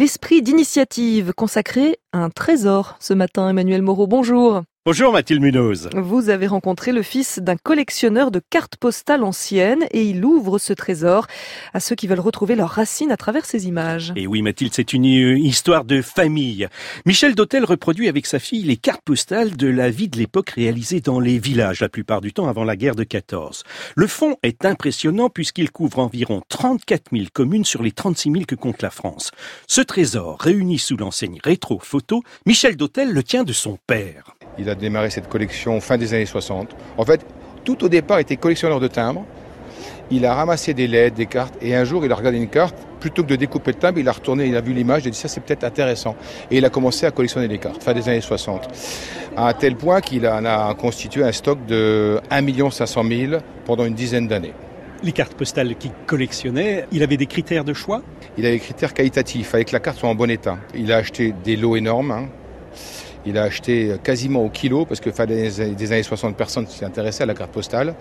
L'esprit d'initiative consacré à un trésor ce matin. Emmanuel Moreau, bonjour. Bonjour Mathilde Munoz. Vous avez rencontré le fils d'un collectionneur de cartes postales anciennes et il ouvre ce trésor à ceux qui veulent retrouver leurs racines à travers ces images. Et oui Mathilde, c'est une histoire de famille. Michel Dautel reproduit avec sa fille les cartes postales de la vie de l'époque réalisées dans les villages, la plupart du temps avant la guerre de 14. Le fond est impressionnant puisqu'il couvre environ 34 000 communes sur les 36 000 que compte la France. Ce trésor, réuni sous l'enseigne Rétro Photo, Michel Dautel le tient de son père. Il a démarré cette collection fin des années 60. En fait, tout au départ, il était collectionneur de timbres. Il a ramassé des lettres, des cartes, et un jour, il a regardé une carte. Plutôt que de découper le timbre, il a retourné, il a vu l'image, il a dit ça, c'est peut-être intéressant. Et il a commencé à collectionner les cartes, fin des années 60. À un tel point qu'il en a constitué un stock de 1 500 000 pendant une dizaine d'années. Les cartes postales qu'il collectionnait, il avait des critères de choix ? Il avait des critères qualitatifs, avec que la carte soit en bon état. Il a acheté des lots énormes, Il a acheté quasiment au kilo, parce que fin des années 60, personne ne s'y intéressait à la carte postale.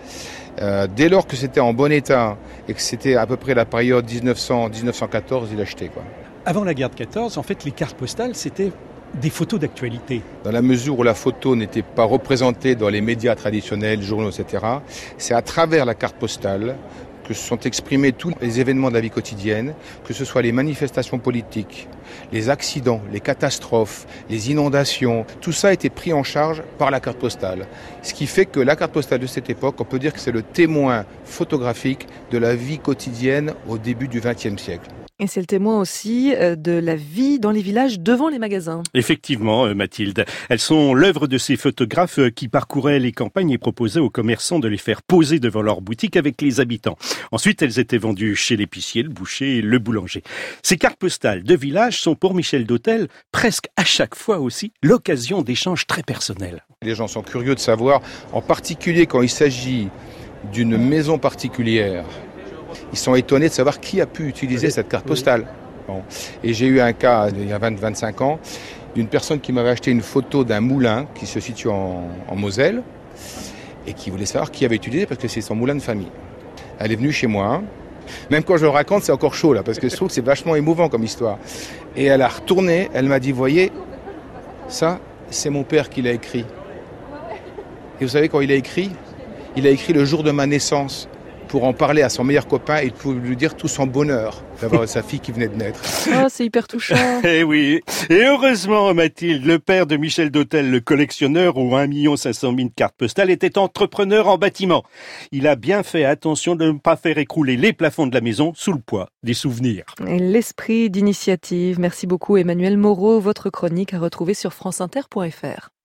Dès lors que c'était en bon état et que c'était à peu près la période 1900-1914, il achetait, quoi. Avant la guerre de 14, en fait, les cartes postales, c'était des photos d'actualité. Dans la mesure où la photo n'était pas représentée dans les médias traditionnels, journaux, etc., c'est à travers la carte postale que se sont exprimés tous les événements de la vie quotidienne, que ce soit les manifestations politiques, les accidents, les catastrophes, les inondations, tout ça a été pris en charge par la carte postale. Ce qui fait que la carte postale de cette époque, on peut dire que c'est le témoin photographique de la vie quotidienne au début du XXe siècle. Et c'est le témoin aussi de la vie dans les villages devant les magasins. Effectivement, Mathilde. Elles sont l'œuvre de ces photographes qui parcouraient les campagnes et proposaient aux commerçants de les faire poser devant leur boutique avec les habitants. Ensuite, elles étaient vendues chez l'épicier, le boucher et le boulanger. Ces cartes postales de village sont pour Michel Dautel presque à chaque fois aussi l'occasion d'échanges très personnels. Les gens sont curieux de savoir, en particulier quand il s'agit d'une maison particulière, ils sont étonnés de savoir qui a pu utiliser cette carte postale. Bon. Et j'ai eu un cas, il y a 25 ans, d'une personne qui m'avait acheté une photo d'un moulin qui se situe en Moselle et qui voulait savoir qui avait utilisé parce que c'est son moulin de famille. Elle est venue chez moi. Même quand je le raconte, c'est encore chaud là, parce que je trouve que c'est vachement émouvant comme histoire. Et elle a retourné, elle m'a dit, voyez, ça, c'est mon père qui l'a écrit. Et vous savez, quand il a écrit le jour de ma naissance, pour en parler à son meilleur copain et pour lui dire tout son bonheur d'avoir sa fille qui venait de naître. Oh, c'est hyper touchant. Eh oui. Et heureusement, Mathilde, le père de Michel Dautel, le collectionneur aux 1 500 000 cartes postales, était entrepreneur en bâtiment. Il a bien fait attention de ne pas faire écrouler les plafonds de la maison sous le poids des souvenirs. Et l'esprit d'initiative. Merci beaucoup Emmanuel Moreau. Votre chronique à retrouver sur franceinter.fr.